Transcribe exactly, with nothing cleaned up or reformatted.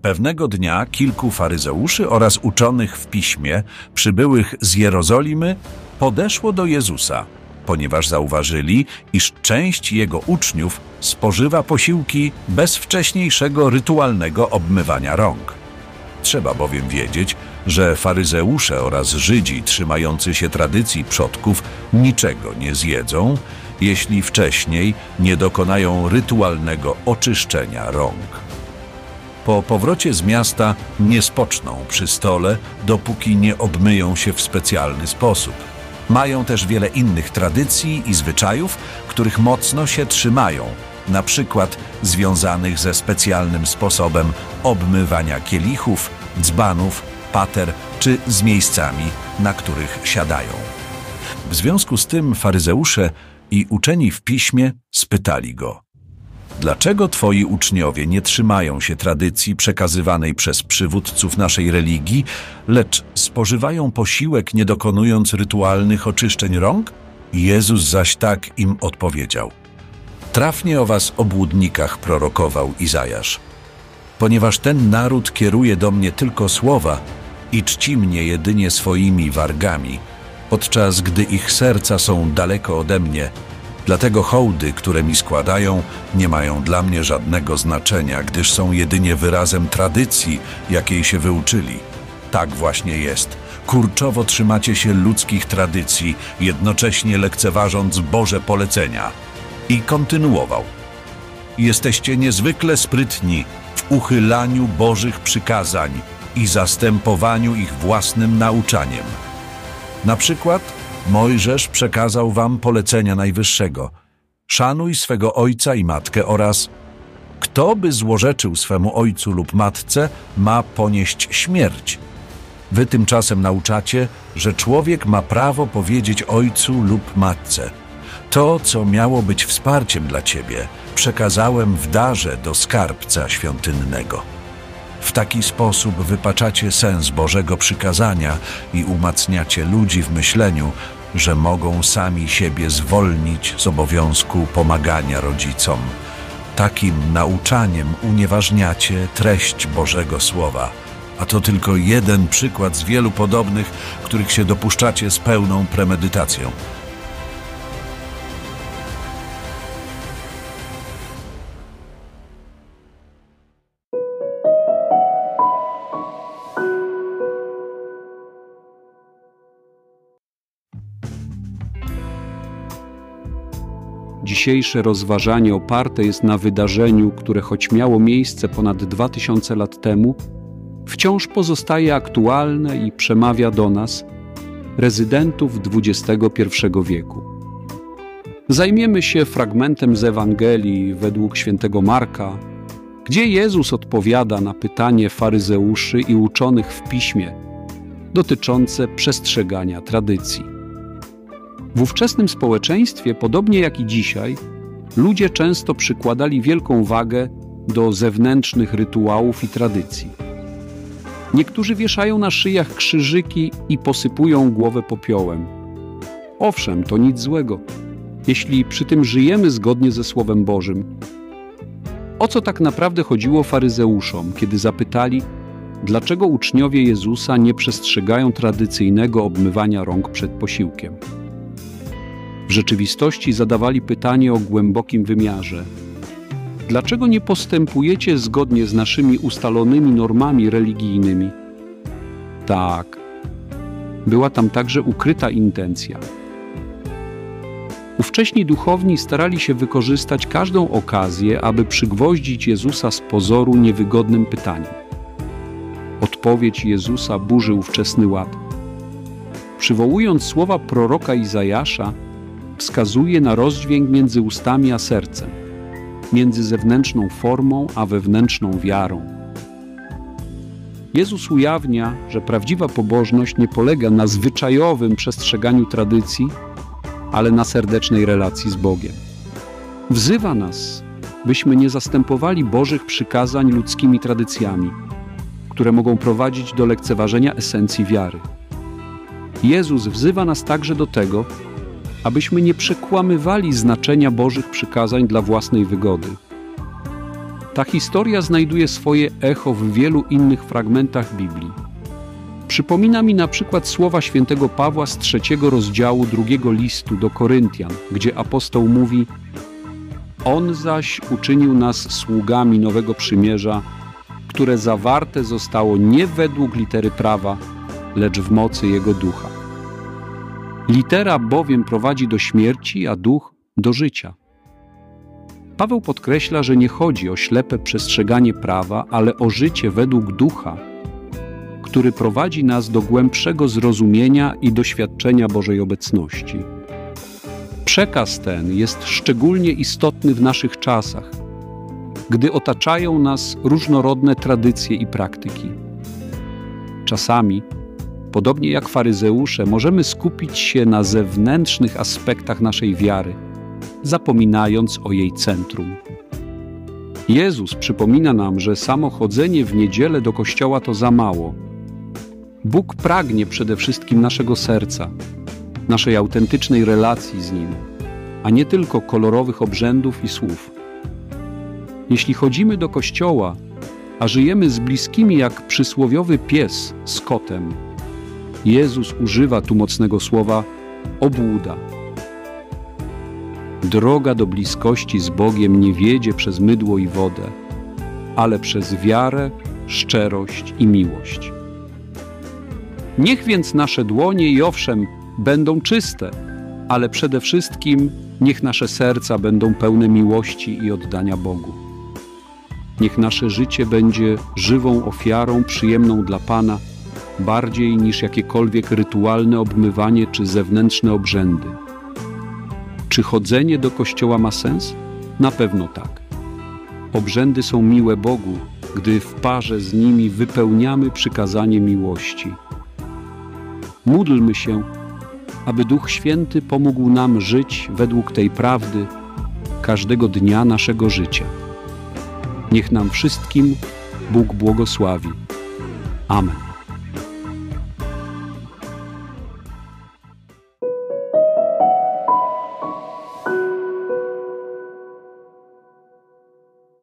Pewnego dnia kilku faryzeuszy oraz uczonych w piśmie, przybyłych z Jerozolimy, podeszło do Jezusa, ponieważ zauważyli, iż część Jego uczniów spożywa posiłki bez wcześniejszego rytualnego obmywania rąk. Trzeba bowiem wiedzieć, że faryzeusze oraz Żydzi trzymający się tradycji przodków niczego nie zjedzą, jeśli wcześniej nie dokonają rytualnego oczyszczenia rąk. Po powrocie z miasta nie spoczną przy stole, dopóki nie obmyją się w specjalny sposób. Mają też wiele innych tradycji i zwyczajów, których mocno się trzymają, na przykład związanych ze specjalnym sposobem obmywania kielichów, dzbanów, pater czy z miejscami, na których siadają. W związku z tym faryzeusze i uczeni w piśmie spytali go: dlaczego twoi uczniowie nie trzymają się tradycji przekazywanej przez przywódców naszej religii, lecz spożywają posiłek, nie dokonując rytualnych oczyszczeń rąk? Jezus zaś tak im odpowiedział: trafnie o was, obłudnikach, prorokował Izajasz. Ponieważ ten naród kieruje do mnie tylko słowa i czci mnie jedynie swoimi wargami, podczas gdy ich serca są daleko ode mnie, dlatego hołdy, które mi składają, nie mają dla mnie żadnego znaczenia, gdyż są jedynie wyrazem tradycji, jakiej się wyuczyli. Tak właśnie jest. Kurczowo trzymacie się ludzkich tradycji, jednocześnie lekceważąc Boże polecenia. I kontynuował: jesteście niezwykle sprytni w uchylaniu Bożych przykazań i zastępowaniu ich własnym nauczaniem. Na przykład Mojżesz przekazał wam polecenia Najwyższego: szanuj swego ojca i matkę oraz kto by złorzeczył swemu ojcu lub matce, ma ponieść śmierć. Wy tymczasem nauczacie, że człowiek ma prawo powiedzieć ojcu lub matce: to, co miało być wsparciem dla ciebie, przekazałem w darze do skarbca świątynnego. W taki sposób wypaczacie sens Bożego przykazania i umacniacie ludzi w myśleniu, że mogą sami siebie zwolnić z obowiązku pomagania rodzicom. Takim nauczaniem unieważniacie treść Bożego Słowa, a to tylko jeden przykład z wielu podobnych, których się dopuszczacie z pełną premedytacją. Dzisiejsze rozważanie oparte jest na wydarzeniu, które choć miało miejsce ponad dwa tysiące lat temu, wciąż pozostaje aktualne i przemawia do nas, rezydentów dwudziestego pierwszego wieku. Zajmiemy się fragmentem z Ewangelii według świętego Marka, gdzie Jezus odpowiada na pytanie faryzeuszy i uczonych w piśmie dotyczące przestrzegania tradycji. W ówczesnym społeczeństwie, podobnie jak i dzisiaj, ludzie często przykładali wielką wagę do zewnętrznych rytuałów i tradycji. Niektórzy wieszają na szyjach krzyżyki i posypują głowę popiołem. Owszem, to nic złego, jeśli przy tym żyjemy zgodnie ze Słowem Bożym. O co tak naprawdę chodziło faryzeuszom, kiedy zapytali, dlaczego uczniowie Jezusa nie przestrzegają tradycyjnego obmywania rąk przed posiłkiem? W rzeczywistości zadawali pytanie o głębokim wymiarze. Dlaczego nie postępujecie zgodnie z naszymi ustalonymi normami religijnymi? Tak, była tam także ukryta intencja. Ówcześni duchowni starali się wykorzystać każdą okazję, aby przygwoździć Jezusa z pozoru niewygodnym pytaniem. Odpowiedź Jezusa burzy ówczesny ład. Przywołując słowa proroka Izajasza, wskazuje na rozdźwięk między ustami a sercem, między zewnętrzną formą a wewnętrzną wiarą. Jezus ujawnia, że prawdziwa pobożność nie polega na zwyczajowym przestrzeganiu tradycji, ale na serdecznej relacji z Bogiem. Wzywa nas, byśmy nie zastępowali Bożych przykazań ludzkimi tradycjami, które mogą prowadzić do lekceważenia esencji wiary. Jezus wzywa nas także do tego, abyśmy nie przekłamywali znaczenia Bożych przykazań dla własnej wygody. Ta historia znajduje swoje echo w wielu innych fragmentach Biblii. Przypomina mi na przykład słowa świętego Pawła z trzeciego rozdziału drugiego listu do Koryntian, gdzie apostoł mówi: On zaś uczynił nas sługami nowego przymierza, które zawarte zostało nie według litery prawa, lecz w mocy Jego ducha. Litera bowiem prowadzi do śmierci, a duch do życia. Paweł podkreśla, że nie chodzi o ślepe przestrzeganie prawa, ale o życie według ducha, który prowadzi nas do głębszego zrozumienia i doświadczenia Bożej obecności. Przekaz ten jest szczególnie istotny w naszych czasach, gdy otaczają nas różnorodne tradycje i praktyki. Czasami, podobnie jak faryzeusze, możemy skupić się na zewnętrznych aspektach naszej wiary, zapominając o jej centrum. Jezus przypomina nam, że samo chodzenie w niedzielę do kościoła to za mało. Bóg pragnie przede wszystkim naszego serca, naszej autentycznej relacji z Nim, a nie tylko kolorowych obrzędów i słów. Jeśli chodzimy do kościoła, a żyjemy z bliskimi jak przysłowiowy pies z kotem, Jezus używa tu mocnego słowa obłuda. Droga do bliskości z Bogiem nie wiedzie przez mydło i wodę, ale przez wiarę, szczerość i miłość. Niech więc nasze dłonie i owszem będą czyste, ale przede wszystkim niech nasze serca będą pełne miłości i oddania Bogu. Niech nasze życie będzie żywą ofiarą przyjemną dla Pana, bardziej niż jakiekolwiek rytualne obmywanie czy zewnętrzne obrzędy. Czy chodzenie do kościoła ma sens? Na pewno tak. Obrzędy są miłe Bogu, gdy w parze z nimi wypełniamy przykazanie miłości. Módlmy się, aby Duch Święty pomógł nam żyć według tej prawdy każdego dnia naszego życia. Niech nam wszystkim Bóg błogosławi. Amen.